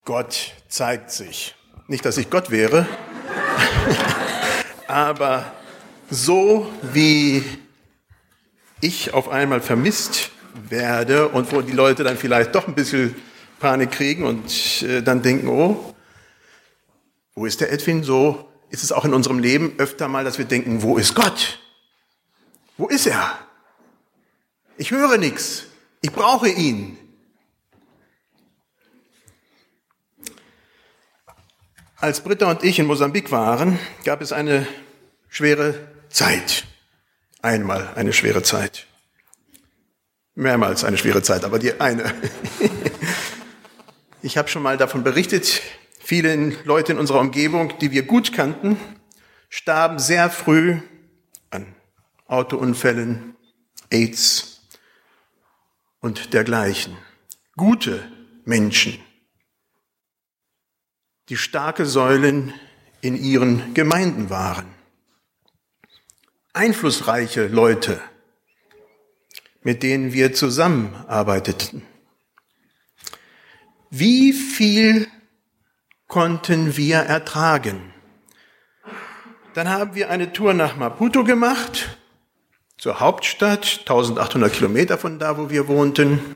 Gott zeigt sich. Nicht, dass ich Gott wäre, aber so wie ich auf einmal vermisst werde und wo die Leute dann vielleicht doch ein bisschen Panik kriegen und dann denken, oh, wo ist der Edwin? So ist es auch in unserem Leben öfter mal, dass wir denken, wo ist Gott? Wo ist er? Ich höre nichts. Ich brauche ihn. Als Britta und ich in Mosambik waren, gab es eine schwere Zeit. Einmal eine schwere Zeit. Mehrmals eine schwere Zeit, aber die eine. Ich habe schon mal davon berichtet, viele Leute in unserer Umgebung, die wir gut kannten, starben sehr früh an Autounfällen, AIDS und dergleichen. Gute Menschen, die starke Säulen in ihren Gemeinden waren. Einflussreiche Leute, mit denen wir zusammenarbeiteten. Wie viel konnten wir ertragen? Dann haben wir eine Tour nach Maputo gemacht, zur Hauptstadt, 1800 Kilometer von da, wo wir wohnten.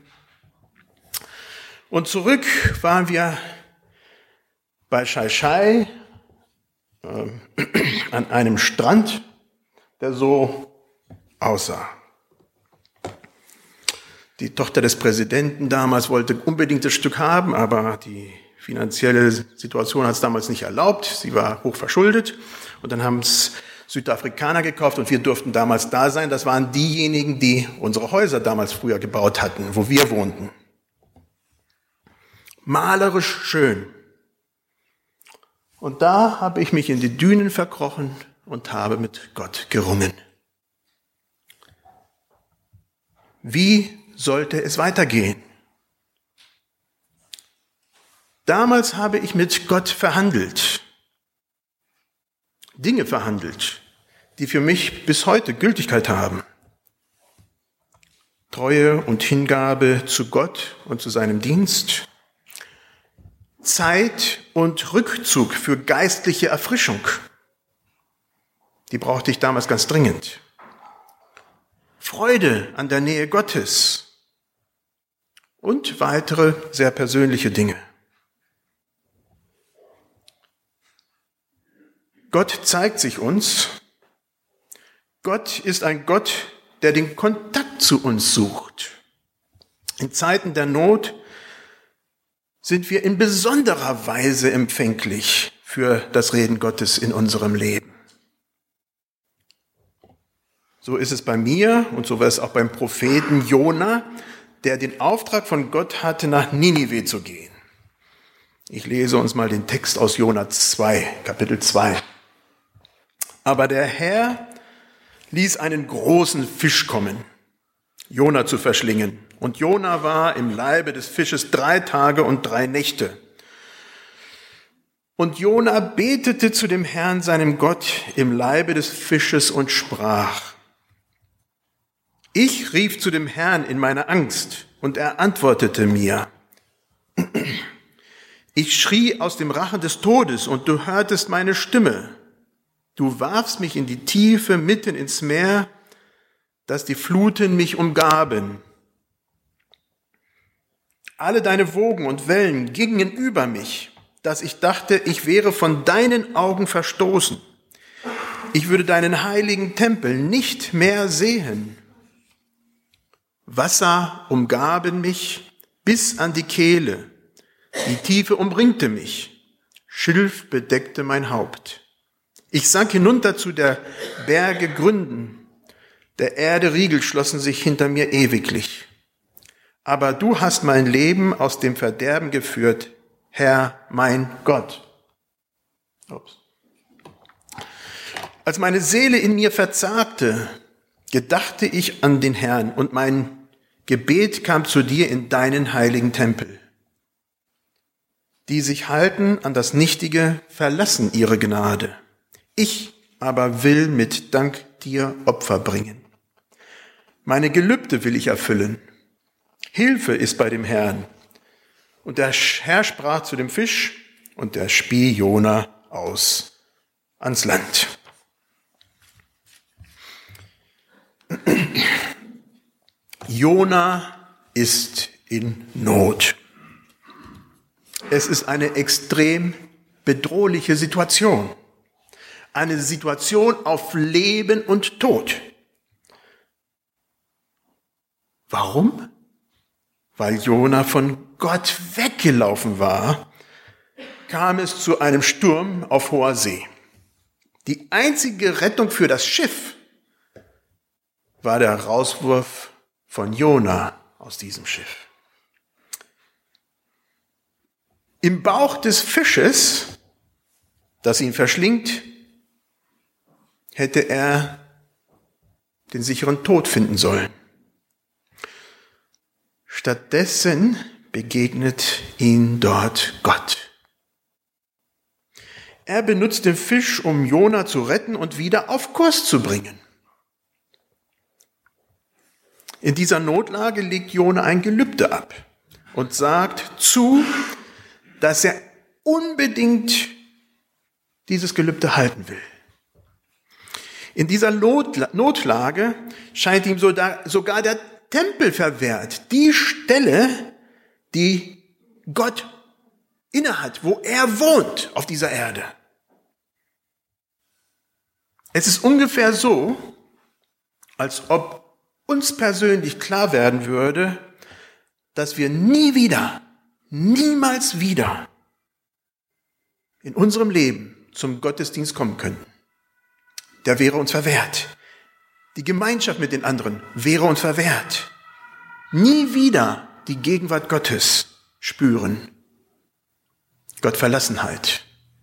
Und zurück waren wir bei Xai-Xai an einem Strand, der so aussah. Die Tochter des Präsidenten damals wollte unbedingt das Stück haben, aber die finanzielle Situation hat es damals nicht erlaubt. Sie war hoch verschuldet und dann haben es Südafrikaner gekauft und wir durften damals da sein. Das waren diejenigen, die unsere Häuser damals früher gebaut hatten, wo wir wohnten. Malerisch schön. Und da habe ich mich in die Dünen verkrochen und habe mit Gott gerungen. Wie sollte es weitergehen? Damals habe ich mit Gott verhandelt, Dinge verhandelt, die für mich bis heute Gültigkeit haben. Treue und Hingabe zu Gott und zu seinem Dienst, Zeit und Rückzug für geistliche Erfrischung. Die brauchte ich damals ganz dringend. Freude an der Nähe Gottes und weitere sehr persönliche Dinge. Gott zeigt sich uns. Gott ist ein Gott, der den Kontakt zu uns sucht. In Zeiten der Not sind wir in besonderer Weise empfänglich für das Reden Gottes in unserem Leben. So ist es bei mir und so war es auch beim Propheten Jona, der den Auftrag von Gott hatte, nach Ninive zu gehen. Ich lese uns mal den Text aus Jona 2, Kapitel 2. Aber der Herr ließ einen großen Fisch kommen, Jona zu verschlingen. Und Jona war im Leibe des Fisches 3 Tage und 3 Nächte. Und Jona betete zu dem Herrn, seinem Gott, im Leibe des Fisches und sprach: Ich rief zu dem Herrn in meiner Angst, und er antwortete mir. Ich schrie aus dem Rachen des Todes, und du hörtest meine Stimme. Du warfst mich in die Tiefe, mitten ins Meer, dass die Fluten mich umgaben. Alle deine Wogen und Wellen gingen über mich, dass ich dachte, ich wäre von deinen Augen verstoßen. Ich würde deinen heiligen Tempel nicht mehr sehen. Wasser umgaben mich bis an die Kehle. Die Tiefe umringte mich. Schilf bedeckte mein Haupt. Ich sank hinunter zu der Berge Gründen. Der Erde Riegel schlossen sich hinter mir ewiglich. Aber du hast mein Leben aus dem Verderben geführt, Herr, mein Gott. Ups. Als meine Seele in mir verzagte, gedachte ich an den Herrn und mein Gebet kam zu dir in deinen heiligen Tempel. Die sich halten an das Nichtige, verlassen ihre Gnade. Ich aber will mit Dank dir Opfer bringen. Meine Gelübde will ich erfüllen. Hilfe ist bei dem Herrn Und der Herr sprach zu dem Fisch, und der spie Jona aus ans Land. Jona ist in Not. Es ist eine extrem bedrohliche Situation. Eine Situation auf Leben und Tod. Warum? Weil Jona von Gott weggelaufen war, kam es zu einem Sturm auf hoher See. Die einzige Rettung für das Schiff war der Rauswurf von Jona aus diesem Schiff. Im Bauch des Fisches, das ihn verschlingt, hätte er den sicheren Tod finden sollen. Stattdessen begegnet ihm dort Gott. Er benutzt den Fisch, um Jona zu retten und wieder auf Kurs zu bringen. In dieser Notlage legt Jona ein Gelübde ab und sagt zu, dass er unbedingt dieses Gelübde halten will. In dieser Notlage scheint ihm sogar der Tempel verwehrt, die Stelle, die Gott innehat, wo er wohnt auf dieser Erde. Es ist ungefähr so, als ob uns persönlich klar werden würde, dass wir niemals wieder in unserem Leben zum Gottesdienst kommen könnten. Der wäre uns verwehrt. Die Gemeinschaft mit den anderen wäre uns verwehrt. Nie wieder die Gegenwart Gottes spüren. Gottverlassenheit.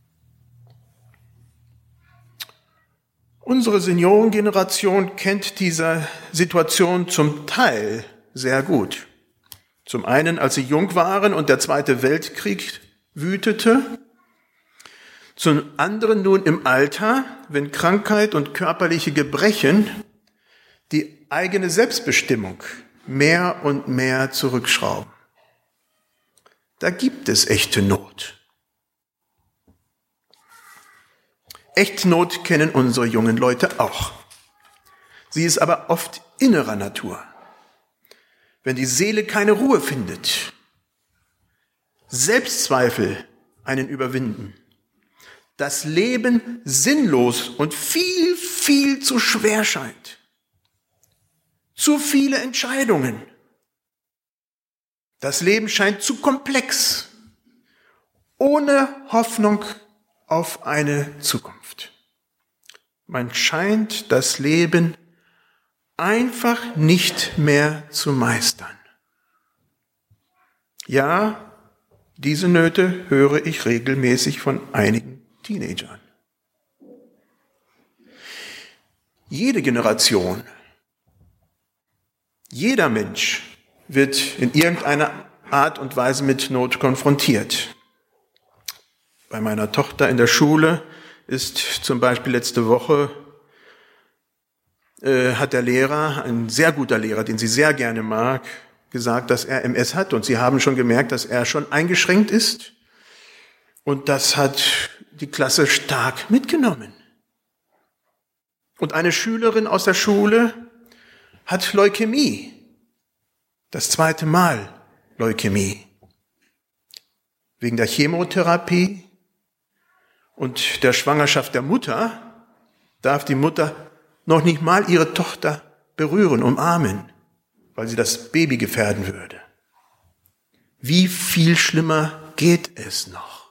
Unsere Seniorengeneration kennt diese Situation zum Teil sehr gut. Zum einen, als sie jung waren und der Zweite Weltkrieg wütete. Zum anderen nun im Alter, wenn Krankheit und körperliche Gebrechen die eigene Selbstbestimmung mehr und mehr zurückschrauben. Da gibt es echte Not. Echte Not kennen unsere jungen Leute auch. Sie ist aber oft innerer Natur. Wenn die Seele keine Ruhe findet, Selbstzweifel einen überwinden, das Leben sinnlos und viel zu schwer scheint, zu viele Entscheidungen, das Leben scheint zu komplex, ohne Hoffnung auf eine Zukunft. Man scheint das Leben einfach nicht mehr zu meistern. Ja, diese Nöte höre ich regelmäßig von einigen Teenagern. Jede Generation, jeder Mensch wird in irgendeiner Art und Weise mit Not konfrontiert. Bei meiner Tochter in der Schule ist zum Beispiel letzte Woche hat der Lehrer, ein sehr guter Lehrer, den sie sehr gerne mag, gesagt, dass er MS hat. Und sie haben schon gemerkt, dass er schon eingeschränkt ist. Und das hat die Klasse stark mitgenommen. Und eine Schülerin aus der Schule hat Leukämie. Das 2. Mal Leukämie. Wegen der Chemotherapie und der Schwangerschaft der Mutter darf die Mutter noch nicht mal ihre Tochter berühren, umarmen, weil sie das Baby gefährden würde. Wie viel schlimmer geht es noch?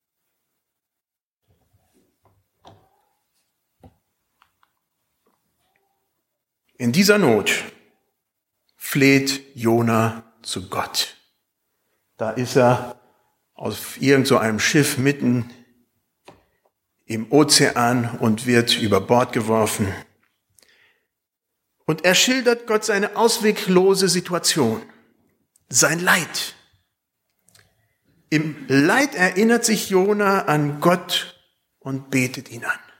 In dieser Not fleht Jona zu Gott. Da ist er auf irgend so einem Schiff mitten im Ozean und wird über Bord geworfen. Und er schildert Gott seine ausweglose Situation, sein Leid. Im Leid erinnert sich Jona an Gott und betet ihn an.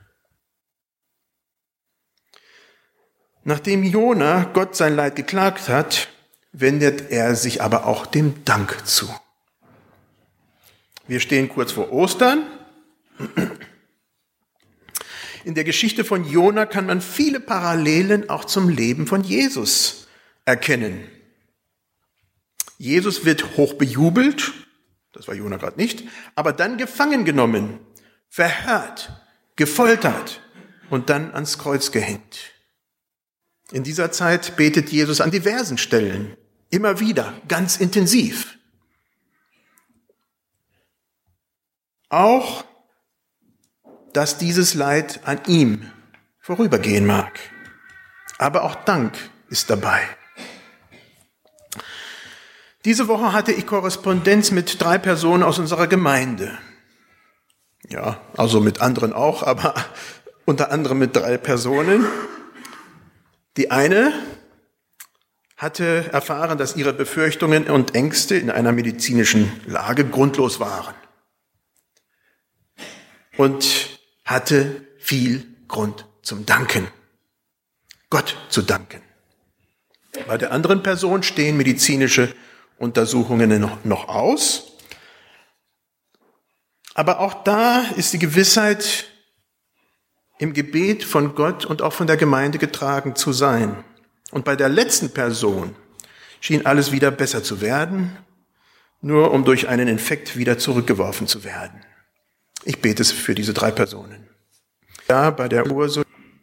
Nachdem Jona Gott sein Leid geklagt hat, wendet er sich aber auch dem Dank zu. Wir stehen kurz vor Ostern. In der Geschichte von Jona kann man viele Parallelen auch zum Leben von Jesus erkennen. Jesus wird hoch bejubelt, das war Jona gerade nicht, aber dann gefangen genommen, verhört, gefoltert und dann ans Kreuz gehängt. In dieser Zeit betet Jesus an diversen Stellen, immer wieder, ganz intensiv. Auch, dass dieses Leid an ihm vorübergehen mag. Aber auch Dank ist dabei. Diese Woche hatte ich Korrespondenz mit 3 Personen aus unserer Gemeinde. Ja, also mit anderen auch, aber unter anderem mit 3 Personen. Die eine hatte erfahren, dass ihre Befürchtungen und Ängste in einer medizinischen Lage grundlos waren. Und hatte viel Grund zum Danken. Gott zu danken. Bei der anderen Person stehen medizinische Untersuchungen noch aus. Aber auch da ist die Gewissheit, im Gebet von Gott und auch von der Gemeinde getragen zu sein. Und bei der letzten Person schien alles wieder besser zu werden, nur um durch einen Infekt wieder zurückgeworfen zu werden. Ich bete für diese 3 Personen. Ja, bei der Ursula.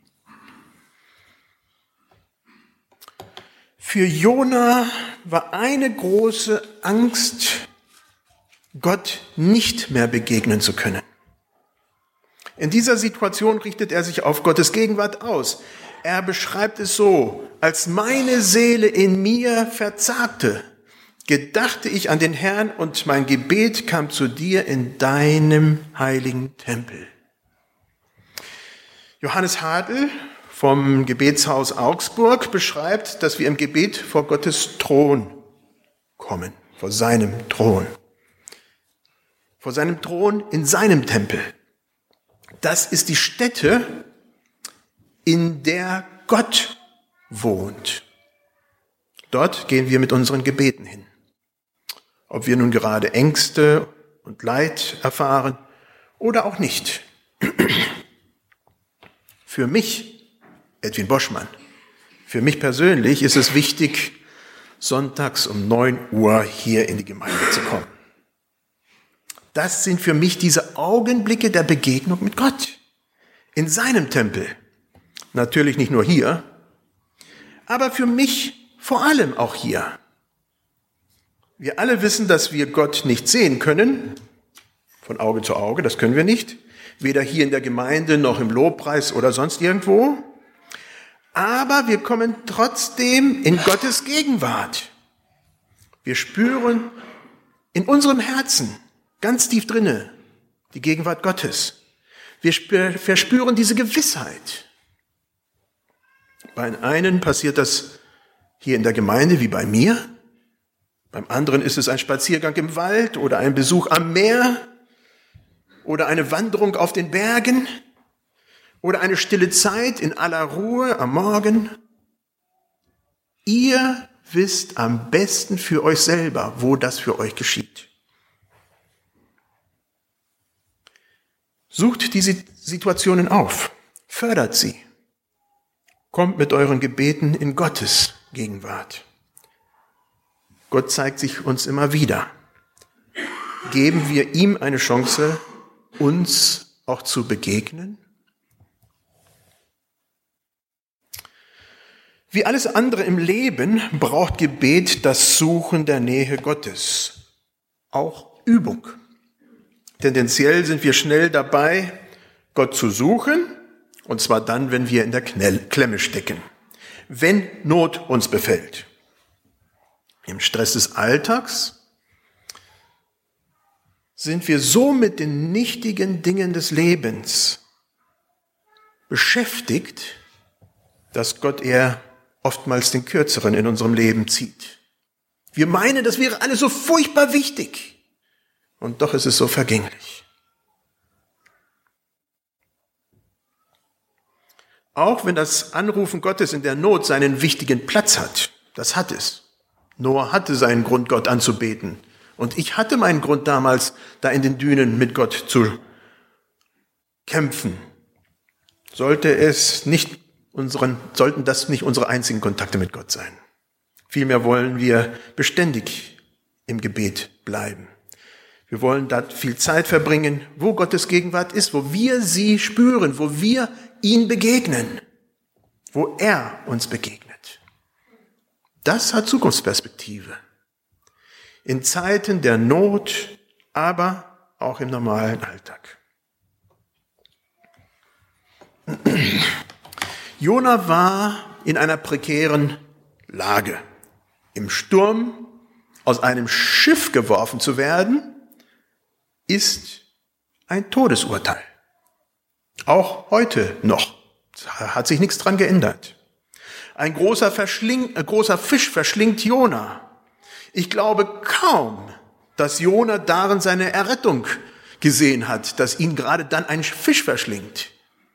Für Jona war eine große Angst, Gott nicht mehr begegnen zu können. In dieser Situation richtet er sich auf Gottes Gegenwart aus. Er beschreibt es so: Als meine Seele in mir verzagte, gedachte ich an den Herrn und mein Gebet kam zu dir in deinem heiligen Tempel. Johannes Hadl vom Gebetshaus Augsburg beschreibt, dass wir im Gebet vor Gottes Thron kommen, vor seinem Thron. Vor seinem Thron in seinem Tempel. Das ist die Stätte, in der Gott wohnt. Dort gehen wir mit unseren Gebeten hin. Ob wir nun gerade Ängste und Leid erfahren oder auch nicht. Für mich, Edwin Boschmann, für mich persönlich ist es wichtig, sonntags um 9 Uhr hier in die Gemeinde zu kommen. Das sind für mich diese Augenblicke der Begegnung mit Gott. In seinem Tempel. Natürlich nicht nur hier, aber für mich vor allem auch hier. Wir alle wissen, dass wir Gott nicht sehen können, von Auge zu Auge, das können wir nicht, weder hier in der Gemeinde noch im Lobpreis oder sonst irgendwo. Aber wir kommen trotzdem in Gottes Gegenwart. Wir spüren in unserem Herzen, ganz tief drinne, die Gegenwart Gottes. Wir verspüren diese Gewissheit. Bei einem passiert das hier in der Gemeinde wie bei mir. Beim anderen ist es ein Spaziergang im Wald oder ein Besuch am Meer oder eine Wanderung auf den Bergen oder eine stille Zeit in aller Ruhe am Morgen. Ihr wisst am besten für euch selber, wo das für euch geschieht. Sucht diese Situationen auf, fördert sie. Kommt mit euren Gebeten in Gottes Gegenwart. Gott zeigt sich uns immer wieder. Geben wir ihm eine Chance, uns auch zu begegnen? Wie alles andere im Leben braucht Gebet das Suchen der Nähe Gottes. Auch Übung. Tendenziell sind wir schnell dabei, Gott zu suchen, und zwar dann, wenn wir in der Klemme stecken, wenn Not uns befällt. Im Stress des Alltags sind wir so mit den nichtigen Dingen des Lebens beschäftigt, dass Gott eher oftmals den Kürzeren in unserem Leben zieht. Wir meinen, das wäre alles so furchtbar wichtig. Und doch ist es so vergänglich. Auch wenn das Anrufen Gottes in der Not seinen wichtigen Platz hat, das hat es. Noah hatte seinen Grund, Gott anzubeten, Und ich hatte meinen Grund damals, da in den Dünen mit Gott zu kämpfen. Sollten das nicht unsere einzigen Kontakte mit Gott sein. Vielmehr wollen wir beständig im Gebet bleiben. Wir wollen da viel Zeit verbringen, wo Gottes Gegenwart ist, wo wir sie spüren, wo wir ihn begegnen, wo er uns begegnet. Das hat Zukunftsperspektive. In Zeiten der Not, aber auch im normalen Alltag. Jona war in einer prekären Lage. Im Sturm aus einem Schiff geworfen zu werden, ist ein Todesurteil. Auch heute noch. Hat sich nichts dran geändert. Ein großer Fisch verschlingt Jona. Ich glaube kaum, dass Jona darin seine Errettung gesehen hat, dass ihn gerade dann ein Fisch verschlingt.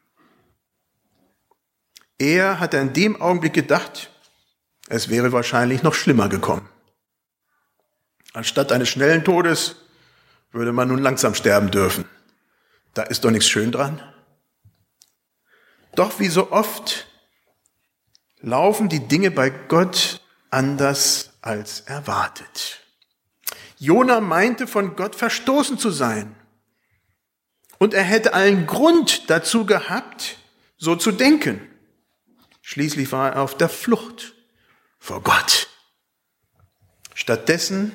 Er hat in dem Augenblick gedacht, es wäre wahrscheinlich noch schlimmer gekommen. Anstatt eines schnellen Todes würde man nun langsam sterben dürfen. Da ist doch nichts schön dran. Doch wie so oft laufen die Dinge bei Gott anders als erwartet. Jona meinte, von Gott verstoßen zu sein. Und er hätte allen Grund dazu gehabt, so zu denken. Schließlich war er auf der Flucht vor Gott. Stattdessen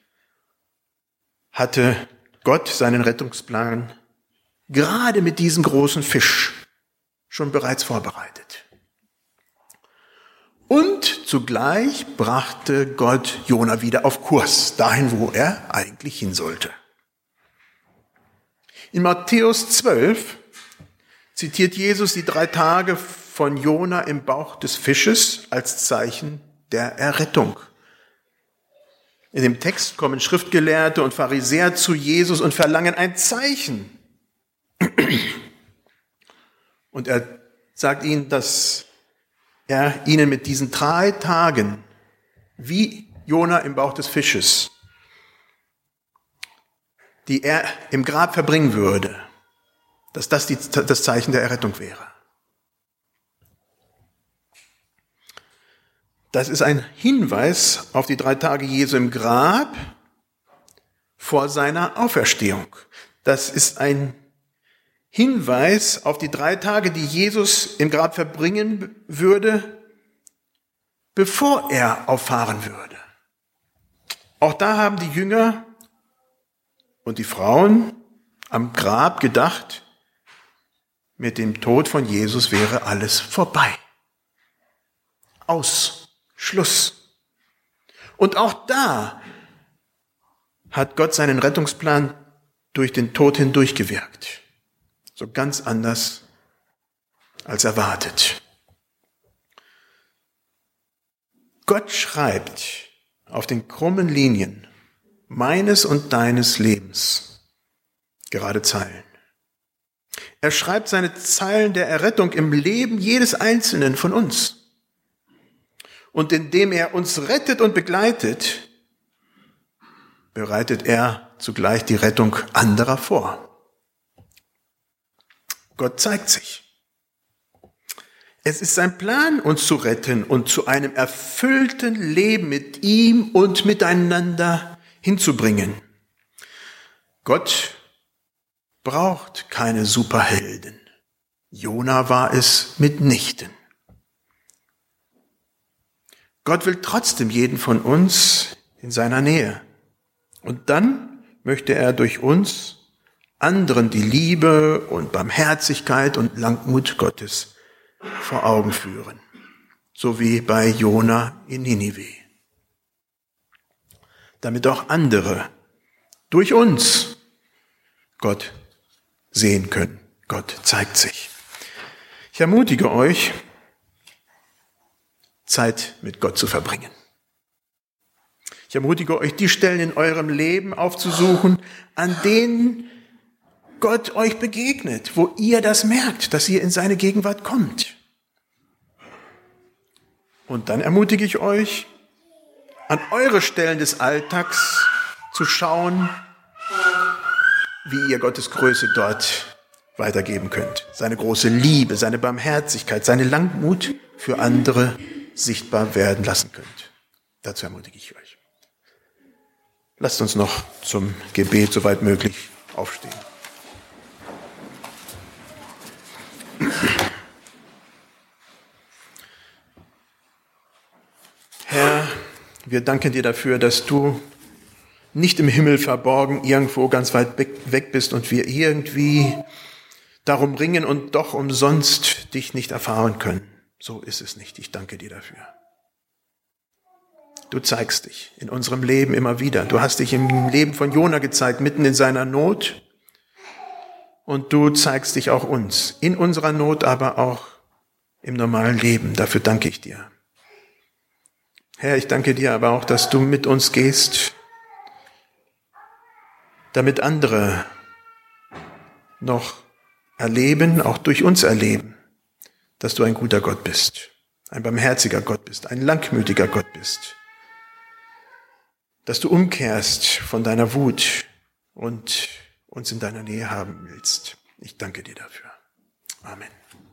hatte Gott seinen Rettungsplan gerade mit diesem großen Fisch schon bereits vorbereitet. Und zugleich brachte Gott Jona wieder auf Kurs, dahin, wo er eigentlich hin sollte. In Matthäus 12 zitiert Jesus die 3 Tage von Jona im Bauch des Fisches als Zeichen der Errettung. In dem Text kommen Schriftgelehrte und Pharisäer zu Jesus und verlangen ein Zeichen. Und er sagt ihnen, dass er ihnen mit diesen 3 Tagen, wie Jona im Bauch des Fisches, die er im Grab verbringen würde, dass das das Zeichen der Errettung wäre. Das ist ein Hinweis auf die 3 Tage Jesu im Grab vor seiner Auferstehung. Das ist ein Hinweis auf die 3 Tage, die Jesus im Grab verbringen würde, bevor er auffahren würde. Auch da haben die Jünger und die Frauen am Grab gedacht, mit dem Tod von Jesus wäre alles vorbei. Aus. Schluss. Und auch da hat Gott seinen Rettungsplan durch den Tod hindurch gewirkt. So ganz anders als erwartet. Gott schreibt auf den krummen Linien meines und deines Lebens gerade Zeilen. Er schreibt seine Zeilen der Errettung im Leben jedes Einzelnen von uns. Und indem er uns rettet und begleitet, bereitet er zugleich die Rettung anderer vor. Gott zeigt sich. Es ist sein Plan, uns zu retten und zu einem erfüllten Leben mit ihm und miteinander hinzubringen. Gott braucht keine Superhelden. Jona war es mitnichten. Gott will trotzdem jeden von uns in seiner Nähe. Und dann möchte er durch uns anderen die Liebe und Barmherzigkeit und Langmut Gottes vor Augen führen. So wie bei Jona in Ninive. Damit auch andere durch uns Gott sehen können. Gott zeigt sich. Ich ermutige euch, Zeit mit Gott zu verbringen. Ich ermutige euch, die Stellen in eurem Leben aufzusuchen, an denen Gott euch begegnet, wo ihr das merkt, dass ihr in seine Gegenwart kommt. Und dann ermutige ich euch, an eure Stellen des Alltags zu schauen, wie ihr Gottes Größe dort weitergeben könnt. Seine große Liebe, seine Barmherzigkeit, seine Langmut für andere sichtbar werden lassen könnt. Dazu ermutige ich euch. Lasst uns noch zum Gebet soweit möglich aufstehen. Herr, wir danken dir dafür, dass du nicht im Himmel verborgen irgendwo ganz weit weg bist und wir irgendwie darum ringen und doch umsonst dich nicht erfahren können. So ist es nicht. Ich danke dir dafür. Du zeigst dich in unserem Leben immer wieder. Du hast dich im Leben von Jona gezeigt, mitten in seiner Not. Und du zeigst dich auch uns, in unserer Not, aber auch im normalen Leben. Dafür danke ich dir. Herr, ich danke dir aber auch, dass du mit uns gehst, damit andere noch erleben, auch durch uns erleben, dass du ein guter Gott bist, ein barmherziger Gott bist, ein langmütiger Gott bist, dass du umkehrst von deiner Wut und uns in deiner Nähe haben willst. Ich danke dir dafür. Amen.